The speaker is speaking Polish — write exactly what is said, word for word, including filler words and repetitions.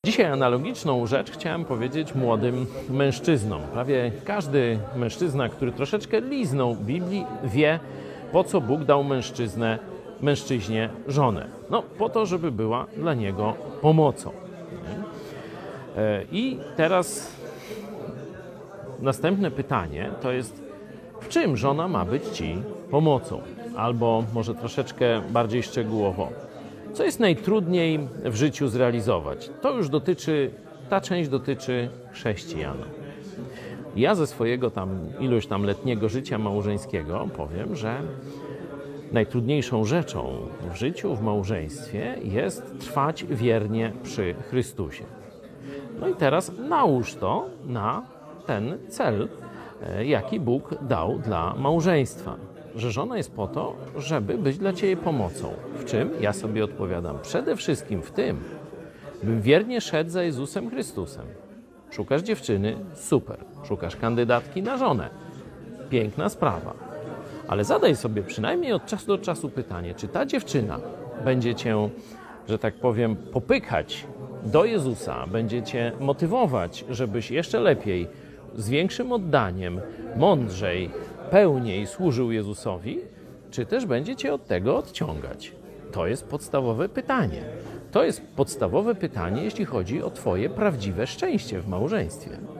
Dzisiaj analogiczną rzecz chciałem powiedzieć młodym mężczyznom. Prawie każdy mężczyzna, który troszeczkę liznął Biblii, wie, po co Bóg dał mężczyznę, mężczyźnie żonę. No, po to, żeby była dla niego pomocą. I teraz następne pytanie to jest, w czym żona ma być Ci pomocą? Albo może troszeczkę bardziej szczegółowo. Co jest najtrudniej w życiu zrealizować? To już dotyczy, ta część dotyczy chrześcijan. Ja ze swojego tam iluś tam letniego życia małżeńskiego powiem, że najtrudniejszą rzeczą w życiu, w małżeństwie jest trwać wiernie przy Chrystusie. No i teraz nałóż to na ten cel, jaki Bóg dał dla małżeństwa. Że żona jest po to, żeby być dla Ciebie pomocą. W czym? Ja sobie odpowiadam. Przede wszystkim w tym, bym wiernie szedł za Jezusem Chrystusem. Szukasz dziewczyny? Super. Szukasz kandydatki na żonę? Piękna sprawa. Ale zadaj sobie przynajmniej od czasu do czasu pytanie, czy ta dziewczyna będzie Cię, że tak powiem, popychać do Jezusa, będzie Cię motywować, żebyś jeszcze lepiej, z większym oddaniem, mądrzej, pełniej służył Jezusowi, czy też będzie Cię od tego odciągać? To jest podstawowe pytanie. To jest podstawowe pytanie, jeśli chodzi o Twoje prawdziwe szczęście w małżeństwie.